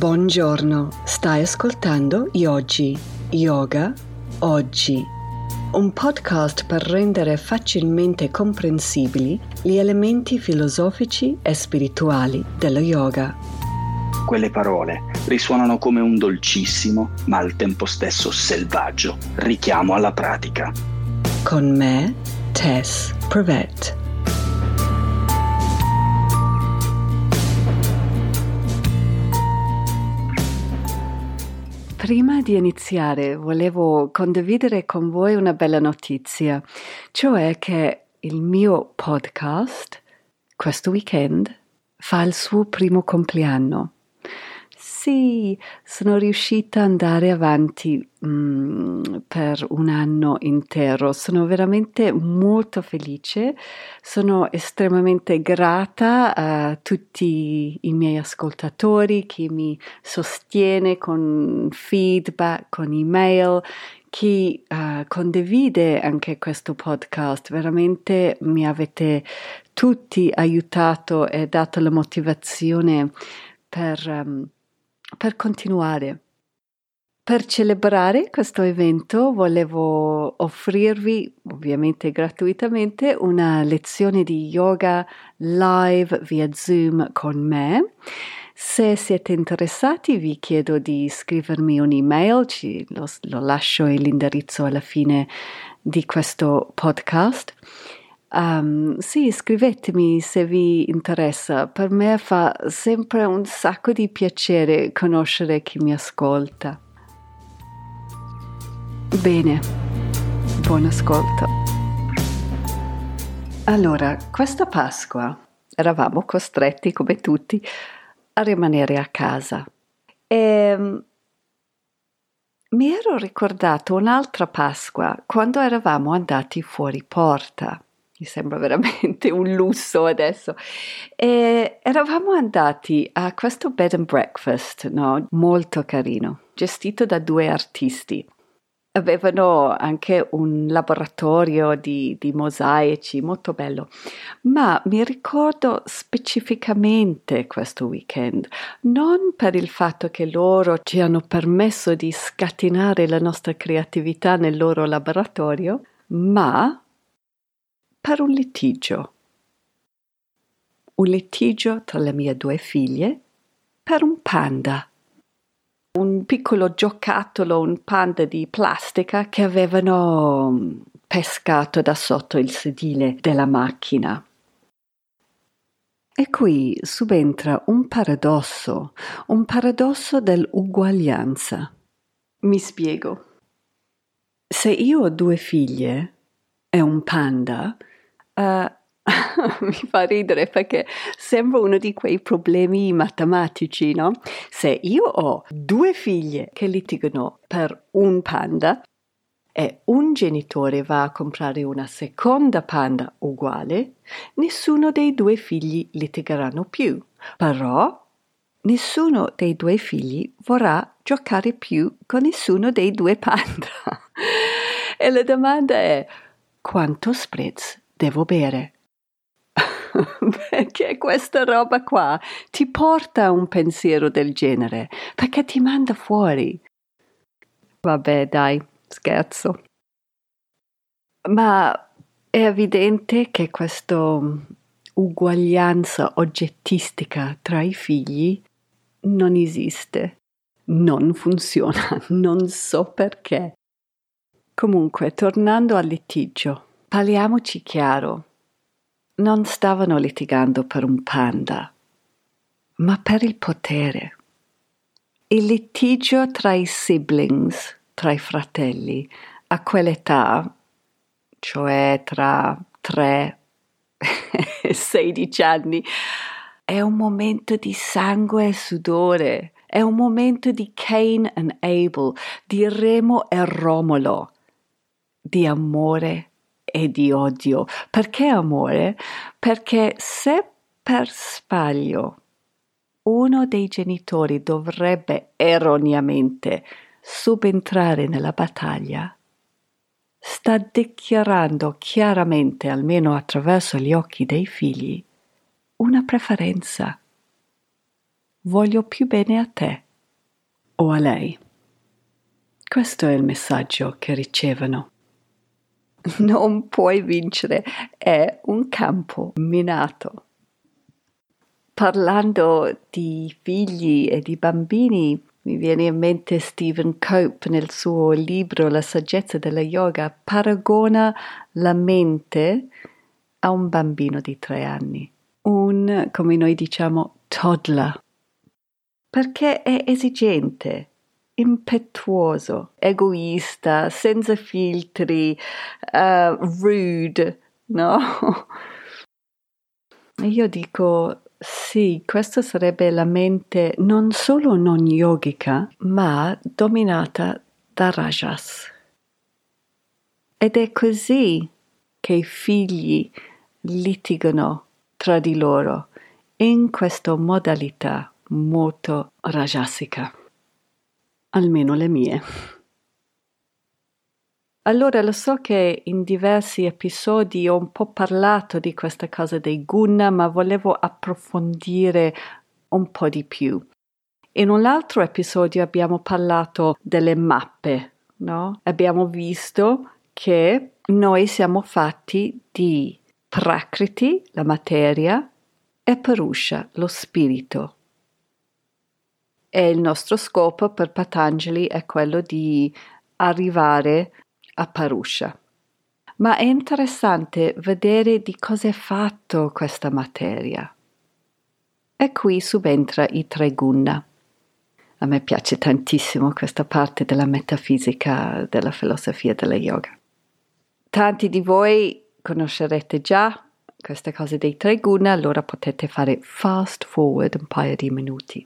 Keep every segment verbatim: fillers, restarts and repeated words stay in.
Buongiorno, stai ascoltando Yogi, Yoga, Oggi, un podcast per rendere facilmente comprensibili gli elementi filosofici e spirituali dello yoga. Quelle parole risuonano come un dolcissimo, ma al tempo stesso selvaggio, richiamo alla pratica. Con me, Tess Prevet. Prima di iniziare volevo condividere con voi una bella notizia, cioè che il mio podcast questo weekend fa il suo primo compleanno. Sì, sono riuscita ad andare avanti mm, per un anno intero. Sono veramente molto felice, sono estremamente grata a tutti i miei ascoltatori, chi mi sostiene con feedback, con email, chi uh, condivide anche questo podcast. Veramente mi avete tutti aiutato e dato la motivazione per... Um, per continuare. Per celebrare questo evento volevo offrirvi, ovviamente gratuitamente, una lezione di yoga live via Zoom con me. Se siete interessati vi chiedo di scrivermi un'email, ci, lo, lo lascio l'indirizzo alla fine di questo podcast. Um, sì, scrivetemi se vi interessa, per me fa sempre un sacco di piacere conoscere chi mi ascolta. Bene, buon ascolto. Allora, questa Pasqua eravamo costretti, come tutti, a rimanere a casa e um, mi ero ricordato un'altra Pasqua quando eravamo andati fuori porta. Mi sembra veramente un lusso adesso. E eravamo andati a questo bed and breakfast, no? Molto carino, gestito da due artisti. Avevano anche un laboratorio di, di mosaici, molto bello. Ma mi ricordo specificamente questo weekend, non per il fatto che loro ci hanno permesso di scatenare la nostra creatività nel loro laboratorio, ma per un litigio. Un litigio tra le mie due figlie per un panda. Un piccolo giocattolo, un panda di plastica che avevano pescato da sotto il sedile della macchina. E qui subentra un paradosso, un paradosso dell'uguaglianza. Mi spiego. Se io ho due figlie e un panda, Uh, mi fa ridere perché sembra uno di quei problemi matematici, no? Se io ho due figlie che litigano per un panda e un genitore va a comprare una seconda panda uguale, nessuno dei due figli litigheranno più. Però nessuno dei due figli vorrà giocare più con nessuno dei due panda. E la domanda è: quanto spritz devo bere? Perché questa roba qua ti porta a un pensiero del genere, perché ti manda fuori. Vabbè, dai, scherzo. Ma è evidente che questa uguaglianza oggettistica tra i figli non esiste, non funziona, non so perché. Comunque, tornando al litigio, parliamoci chiaro. Non stavano litigando per un panda, ma per il potere. Il litigio tra i siblings, tra i fratelli, a quell'età, cioè tra tre e sedici anni, è un momento di sangue e sudore, è un momento di Cain and Abel, di Remo e Romolo, di amore e di odio. Perché amore? Perché se per sbaglio uno dei genitori dovrebbe erroneamente subentrare nella battaglia, sta dichiarando chiaramente, almeno attraverso gli occhi dei figli, una preferenza. Voglio più bene a te. o a lei. Questo è il messaggio che ricevono. Non puoi vincere, è un campo minato. Parlando di figli e di bambini, mi viene in mente Stephen Cope nel suo libro La saggezza della yoga, paragona la mente a un bambino di tre anni, un, come noi diciamo, toddler, perché è esigente, impetuoso, egoista, senza filtri, uh, rude, no? Io dico sì, questa sarebbe la mente non solo non yogica, ma dominata da rajas. Ed è così che i figli litigano tra di loro in questa modalità molto rajasica. Almeno le mie. Allora lo so che in diversi episodi ho un po' parlato di questa cosa dei guna, ma volevo approfondire un po' di più. In un altro episodio abbiamo parlato delle mappe, no? Abbiamo visto che noi siamo fatti di Prakriti, la materia, e Purusha, lo spirito. E il nostro scopo per Patanjali è quello di arrivare a Purusha. Ma è interessante vedere di cosa è fatto questa materia. E qui subentra i tre guna. A me piace tantissimo questa parte della metafisica, della filosofia della yoga. Tanti di voi conoscerete già queste cose dei tre guna, allora potete fare fast forward un paio di minuti.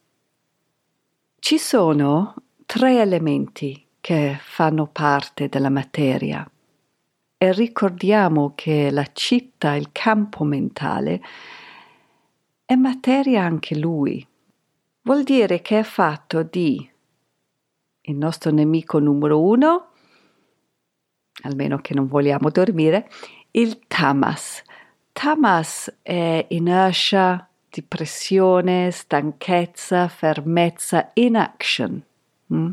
Ci sono tre elementi che fanno parte della materia e ricordiamo che la citta, il campo mentale, è materia anche lui. Vuol dire che è fatto di il nostro nemico numero uno, almeno che non vogliamo dormire, il tamas. Tamas è inerzia, depressione, stanchezza, fermezza, inaction. Mm?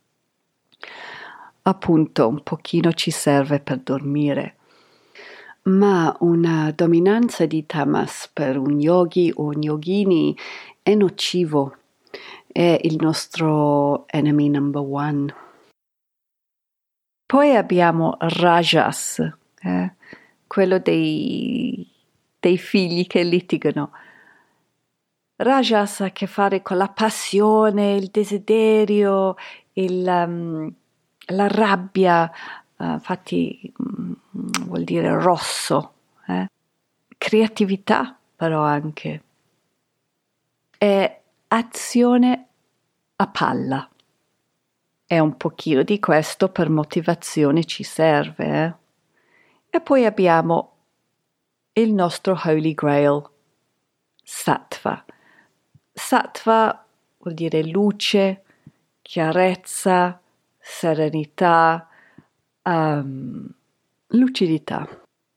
Appunto, un pochino ci serve per dormire. Ma una dominanza di tamas per un yogi o un yogini è nocivo. È il nostro enemy number one. Poi abbiamo rajas, eh? quello dei, dei figli che litigano. Rajas ha a che fare con la passione, il desiderio, il, um, la rabbia, uh, infatti um, vuol dire rosso, eh? Creatività però anche, e azione a palla. E un pochino di questo per motivazione ci serve. Eh? E poi abbiamo il nostro Holy Grail, Sattva. Sattva vuol dire luce, chiarezza, serenità, um, lucidità.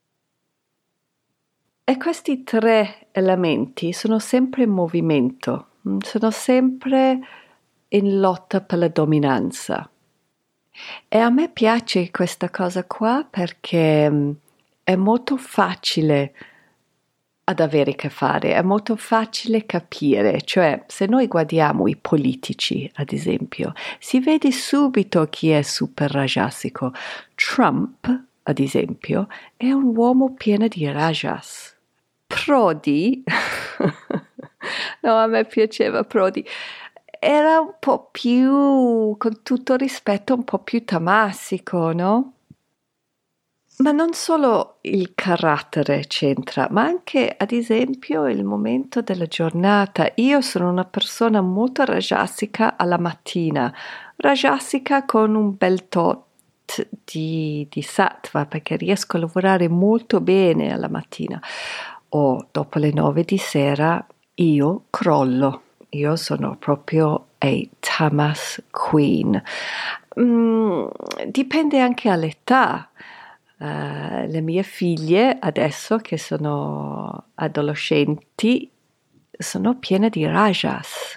E questi tre elementi sono sempre in movimento, sono sempre in lotta per la dominanza. E a me piace questa cosa qua perché è molto facile ad avere a che fare, è molto facile capire, cioè se noi guardiamo i politici, ad esempio, si vede subito chi è super rajasico. Trump, ad esempio, è un uomo pieno di rajas. Prodi, no, a me piaceva Prodi, era un po' più, con tutto rispetto, un po' più tamassico, no? Ma non solo il carattere c'entra, ma anche, ad esempio, il momento della giornata. Io sono una persona molto rajasica alla mattina, rajasica con un bel tot di, di sattva, perché riesco a lavorare molto bene alla mattina. O dopo le nove di sera io crollo. Io sono proprio a tamas queen. Mm, dipende anche all'età. Uh, le mie figlie adesso che sono adolescenti sono piene di rajas,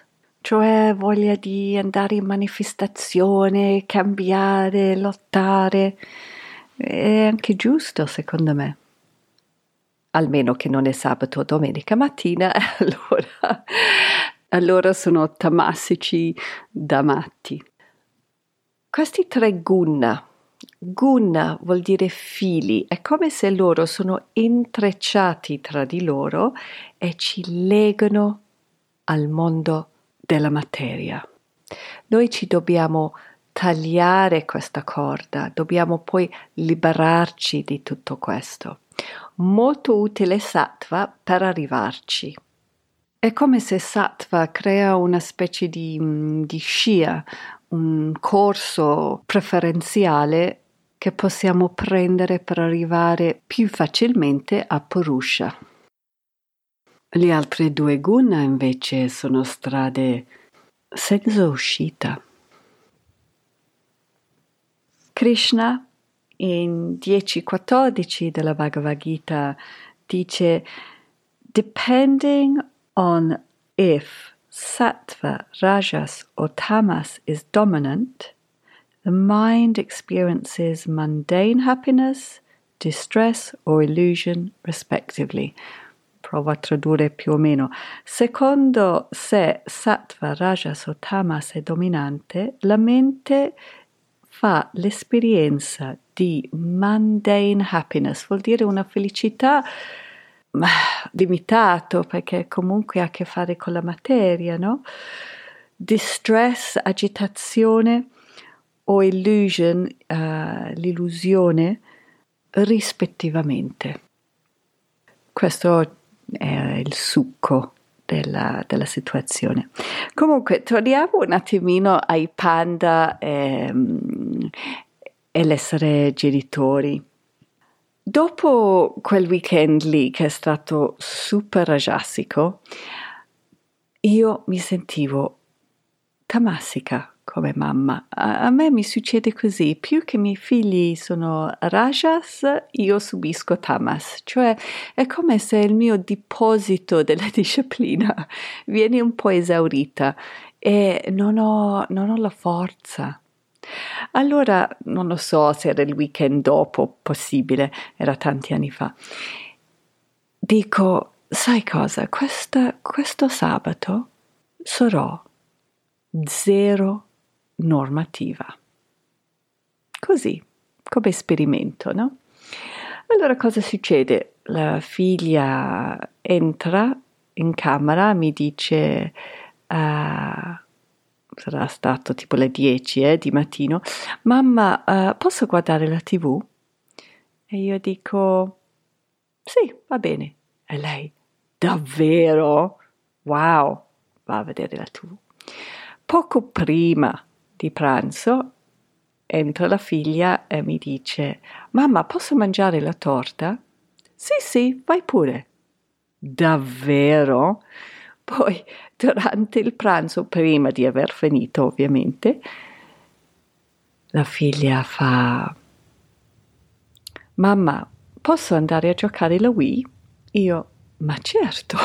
cioè voglia di andare in manifestazione, cambiare, lottare. È anche giusto, secondo me. Almeno che non è sabato o domenica mattina, allora, allora sono tamassici da matti. Questi tre gunna, gunna vuol dire fili, è come se loro sono intrecciati tra di loro e ci legano al mondo della materia. Noi ci dobbiamo tagliare questa corda, dobbiamo poi liberarci di tutto questo. Molto utile sattva per arrivarci. È come se sattva crea una specie di, di scia, un corso preferenziale che possiamo prendere per arrivare più facilmente a Purusha. Le altre due guna invece sono strade senza uscita. Krishna in dieci quattordici della Bhagavad Gita dice: depending on if sattva, rajas or tamas is dominant, the mind experiences mundane happiness, distress or illusion respectively. Provo a tradurre più o meno. Secondo se sattva, rajas o tamas è dominante, la mente fa l'esperienza di mundane happiness, vuol dire una felicità ma, limitato, perché comunque ha a che fare con la materia, no? Distress, agitazione o illusion, uh, l'illusione, rispettivamente. Questo è il succo della, della situazione. Comunque, torniamo un attimino ai panda e, e l'essere genitori. Dopo quel weekend lì, che è stato super rajasico, io mi sentivo tamassica come mamma. A, a me mi succede così, più che i miei figli sono rajas, io subisco tamas, cioè è come se il mio deposito della disciplina viene un po' esaurita e non ho, non ho la forza. Allora, non lo so se era il weekend dopo, possibile, era tanti anni fa. Dico, sai cosa, Questa, questo sabato sarò zero normativa. Così, come esperimento, no? Allora cosa succede? La figlia entra in camera, mi dice... Uh, sarà stato tipo le dieci eh, di mattino, mamma, uh, posso guardare la tivù? E io dico, sì, va bene. E lei, davvero? Wow, va a vedere la tivù. Poco prima di pranzo entra la figlia e mi dice, mamma, posso mangiare la torta? Sì, sì, vai pure. Davvero? Poi, durante il pranzo, prima di aver finito ovviamente, la figlia fa: mamma, posso andare a giocare la Wii? Io, ma certo.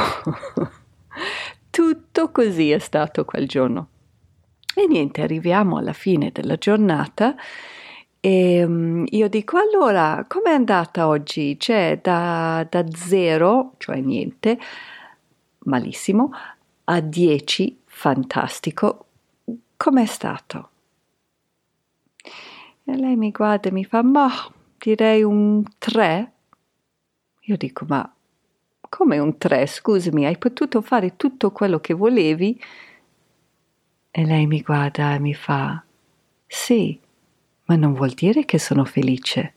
Tutto così è stato quel giorno. E niente, arriviamo alla fine della giornata e um, io dico, allora, com'è andata oggi? C'è da, da zero, cioè niente, malissimo, a dieci, fantastico, com'è stato? E lei mi guarda e mi fa, ma direi un tre. Io dico, ma come un tre? Scusami, hai potuto fare tutto quello che volevi? E lei mi guarda e mi fa, sì, ma non vuol dire che sono felice.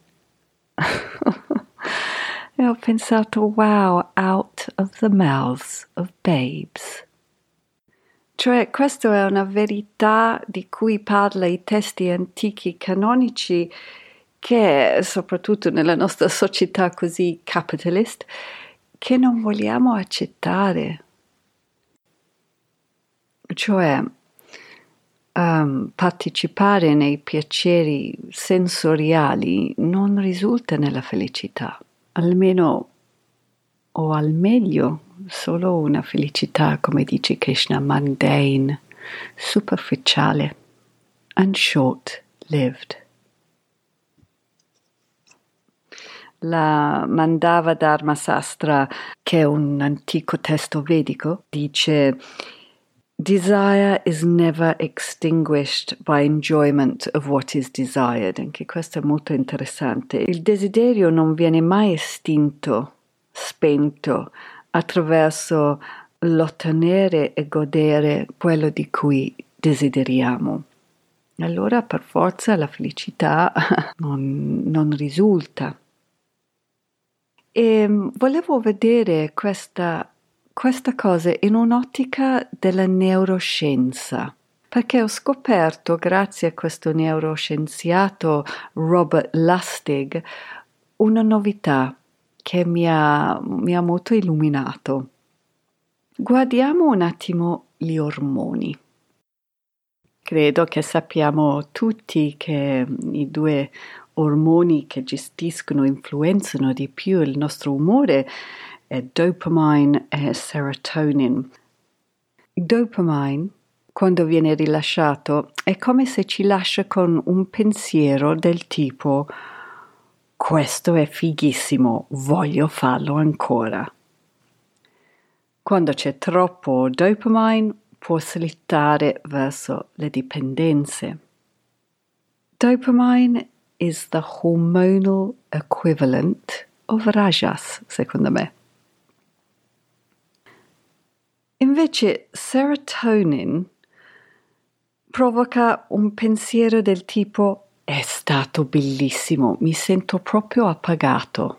E ho pensato, wow, out of the mouths of babes. Cioè, questa è una verità di cui parla i testi antichi canonici che, soprattutto nella nostra società così capitalist, che non vogliamo accettare. Cioè, um, partecipare nei piaceri sensoriali non risulta nella felicità. Almeno o al meglio solo una felicità, come dice Krishna, mundane, superficiale and short-lived. La Mandava Dharma Sastra, che è un antico testo vedico, dice: Desire is never extinguished by enjoyment of what is desired. Anche questo è molto interessante. Il desiderio non viene mai estinto, spento, attraverso l'ottenere e godere quello di cui desideriamo. Allora per forza la felicità non, non risulta. E volevo vedere questa, questa cosa in un'ottica della neuroscienza, perché ho scoperto, grazie a questo neuroscienziato Robert Lustig, una novità che mi ha, mi ha molto illuminato. Guardiamo un attimo gli ormoni. Credo che sappiamo tutti che i due ormoni che gestiscono, influenzano di più il nostro umore è dopamine e serotonin. Dopamine, quando viene rilasciato, è come se ci lascia con un pensiero del tipo: questo è fighissimo, voglio farlo ancora. Quando c'è troppo dopamine, può slittare verso le dipendenze. Dopamine is the hormonal equivalent of Rajas, secondo me. Invece serotonin provoca un pensiero del tipo: è stato bellissimo, mi sento proprio appagato.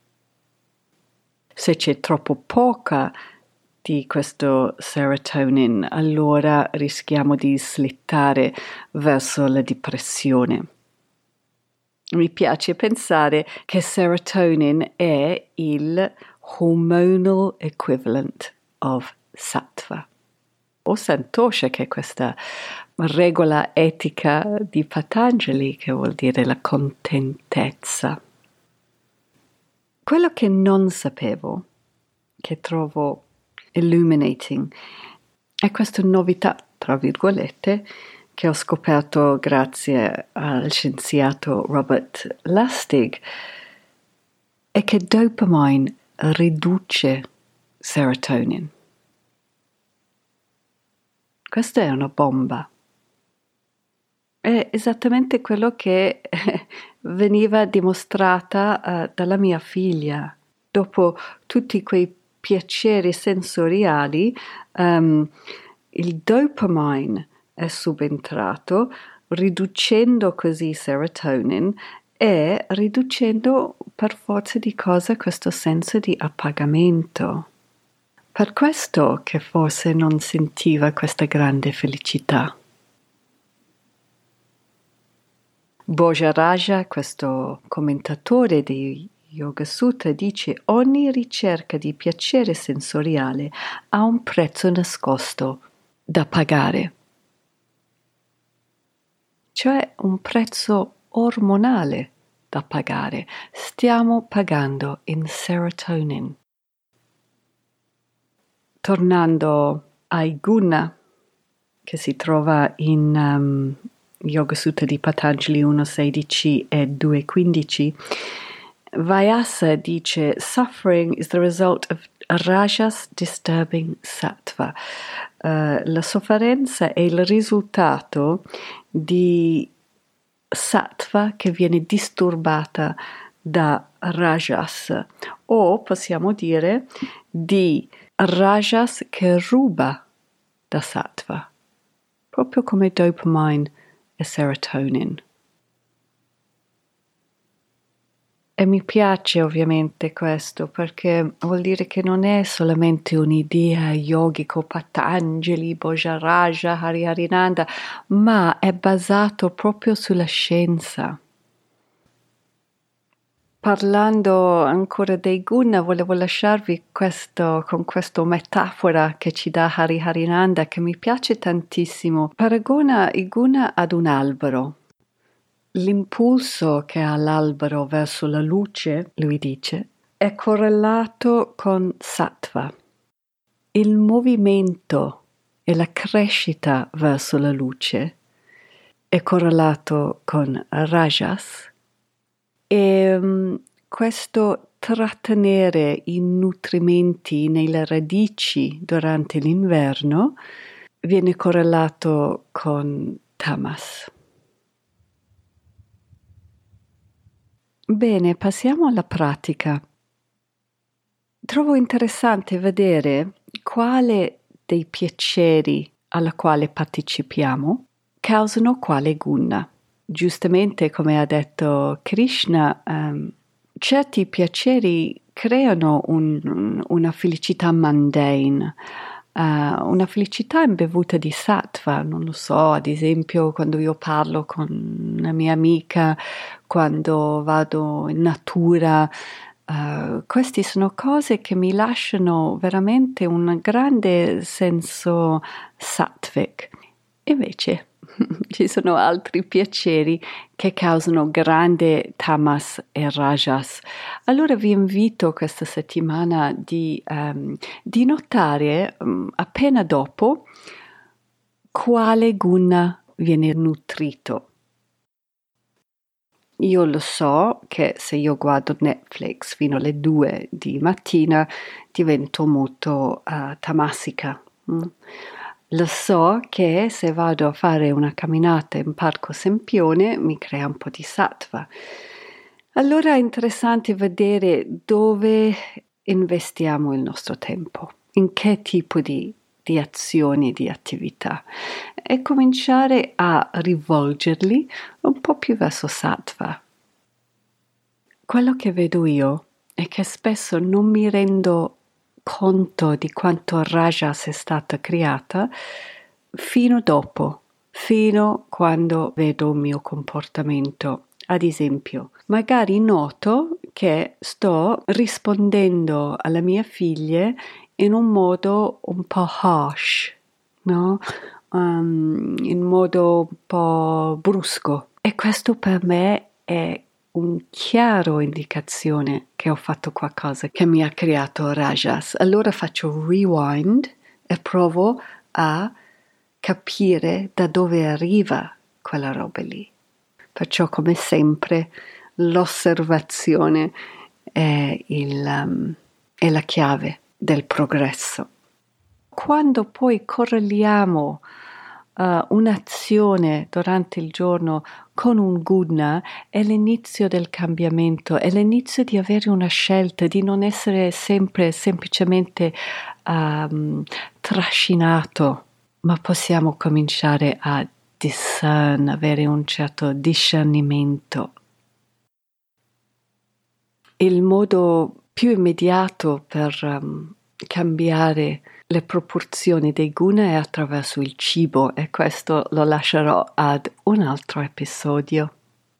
Se c'è troppo poca di questo serotonin, allora rischiamo di slittare verso la depressione. Mi piace pensare che serotonin è il hormonal equivalent of sattva. O santosha, che è questa regola etica di Patanjali, che vuol dire la contentezza. Quello che non sapevo, che trovo illuminating, è questa novità, tra virgolette, che ho scoperto grazie al scienziato Robert Lustig, è che dopamine riduce serotonin. Questa è una bomba. È esattamente quello che veniva dimostrata uh, dalla mia figlia. Dopo tutti quei piaceri sensoriali, um, il dopamine è subentrato, riducendo così serotonin e riducendo per forza di cosa questo senso di appagamento. Per questo che forse non sentiva questa grande felicità. Bhojaraja, questo commentatore dei Yoga Sutra, dice: ogni ricerca di piacere sensoriale ha un prezzo nascosto da pagare, cioè un prezzo ormonale da pagare. Stiamo pagando in serotonin. Tornando ai guna, che si trova in um, Yoga Sutra di Patanjali uno sedici e due quindici, Vyasa dice: suffering is the result of rajas disturbing sattva. Uh, la sofferenza è il risultato di sattva che viene disturbata da rajas, o possiamo dire di rajas che ruba da sattva, proprio come dopamine e serotonin. E mi piace ovviamente questo, perché vuol dire che non è solamente un'idea yogico Patanjali, Bhojaraja, Hariharinanda, ma è basato proprio sulla scienza. Parlando ancora dei guna, volevo lasciarvi questo, con questa metafora che ci dà Hariharinanda, che mi piace tantissimo. Paragona i guna ad un albero. L'impulso che ha l'albero verso la luce, lui dice, è correlato con sattva. Il movimento e la crescita verso la luce è correlato con Rajas e um, questo trattenere i nutrimenti nelle radici durante l'inverno viene correlato con Tamas. Bene, passiamo alla pratica. Trovo interessante vedere quale dei piaceri alla quale partecipiamo causano quale guna. Giustamente, come ha detto Krishna, um, certi piaceri creano un, una felicità mundane, uh, una felicità imbevuta di sattva. Non lo so, ad esempio quando io parlo con una mia amica, quando vado in natura, uh, queste sono cose che mi lasciano veramente un grande senso sattvic. Invece ci sono altri piaceri che causano grande tamas e rajas. Allora vi invito questa settimana di, um, di notare um, appena dopo quale guna viene nutrito. Io lo so che se io guardo Netflix fino alle due di mattina divento molto uh, tamasica. Mm? Lo so che se vado a fare una camminata in Parco Sempione mi crea un po' di sattva. Allora è interessante vedere dove investiamo il nostro tempo, in che tipo di, di azioni, di attività, e cominciare a rivolgerli un po' più verso sattva. Quello che vedo io è che spesso non mi rendo conto di quanto rajas è stata creata fino dopo, fino quando vedo il mio comportamento. Ad esempio, magari noto che sto rispondendo alle mie figlie in un modo un po' harsh, no? Um, in modo un po' brusco. E questo per me è un chiaro indicazione che ho fatto qualcosa che mi ha creato rajas. Allora faccio rewind e provo a capire da dove arriva quella roba lì. Perciò, come sempre, l'osservazione è, il, um, è la chiave del progresso. Quando poi correliamo uh, un'azione durante il giorno con un guna, è l'inizio del cambiamento, è l'inizio di avere una scelta, di non essere sempre semplicemente um, trascinato, ma possiamo cominciare a discern, avere un certo discernimento. Il modo più immediato per um, cambiare le proporzioni dei guna è attraverso il cibo, e questo lo lascerò ad un altro episodio.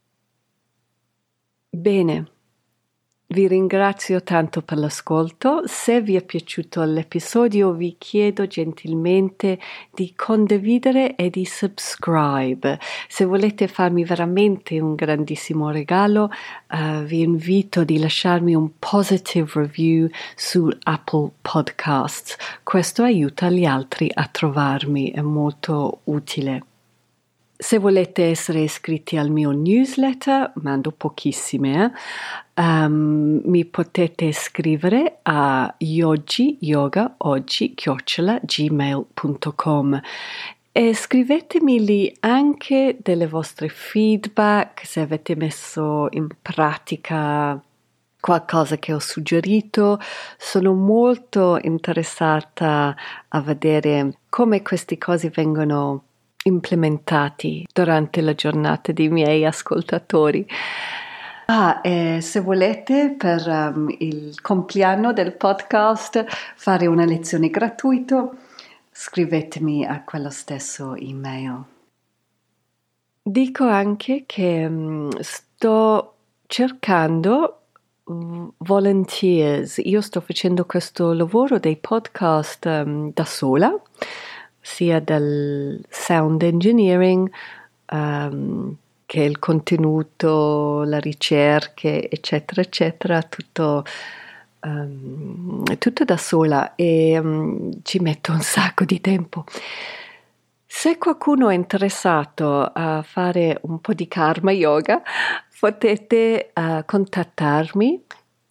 Bene, vi ringrazio tanto per l'ascolto. Se vi è piaciuto l'episodio vi chiedo gentilmente di condividere e di subscribe. Se volete farmi veramente un grandissimo regalo, uh, vi invito di lasciarmi un positive review su Apple Podcasts. Questo aiuta gli altri a trovarmi, è molto utile. Se volete essere iscritti al mio newsletter, mando pochissime, eh? Um, mi potete scrivere a yogi yoga oggi chiocciola gmail punto com e scrivetemi lì anche delle vostre feedback, se avete messo in pratica qualcosa che ho suggerito. Sono molto interessata a vedere come queste cose vengono implementati durante la giornata dei miei ascoltatori. Ah, e se volete per um, il compleanno del podcast fare una lezione gratuita, scrivetemi a quello stesso email. Dico anche che um, sto cercando volunteers. Io sto facendo questo lavoro dei podcast um, da sola, sia del sound engineering um, che il contenuto, la ricerca, eccetera, eccetera, tutto um, tutto da sola e um, ci metto un sacco di tempo. Se qualcuno è interessato a fare un po' di karma yoga, potete uh, contattarmi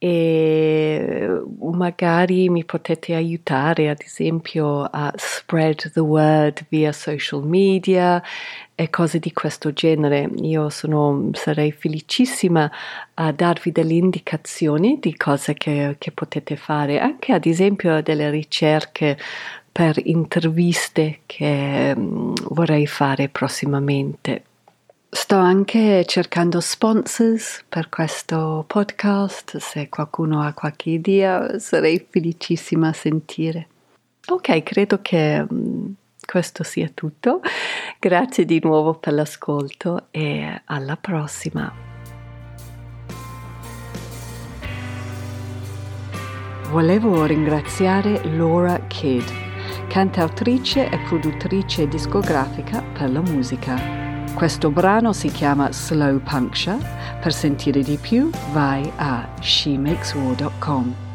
e magari mi potete aiutare, ad esempio, a spread the word via social media e cose di questo genere. Io sono, sarei felicissima a darvi delle indicazioni di cose che, che potete fare, anche ad esempio delle ricerche per interviste che um, vorrei fare prossimamente. Sto anche cercando sponsors per questo podcast. Se qualcuno ha qualche idea, sarei felicissima a sentire. Ok, credo che um, questo sia tutto. Grazie di nuovo per l'ascolto e alla prossima. Volevo ringraziare Laura Kidd, cantautrice e produttrice discografica per la musica. Questo brano si chiama Slow Puncture. Per sentire di più vai a she makes war dot com.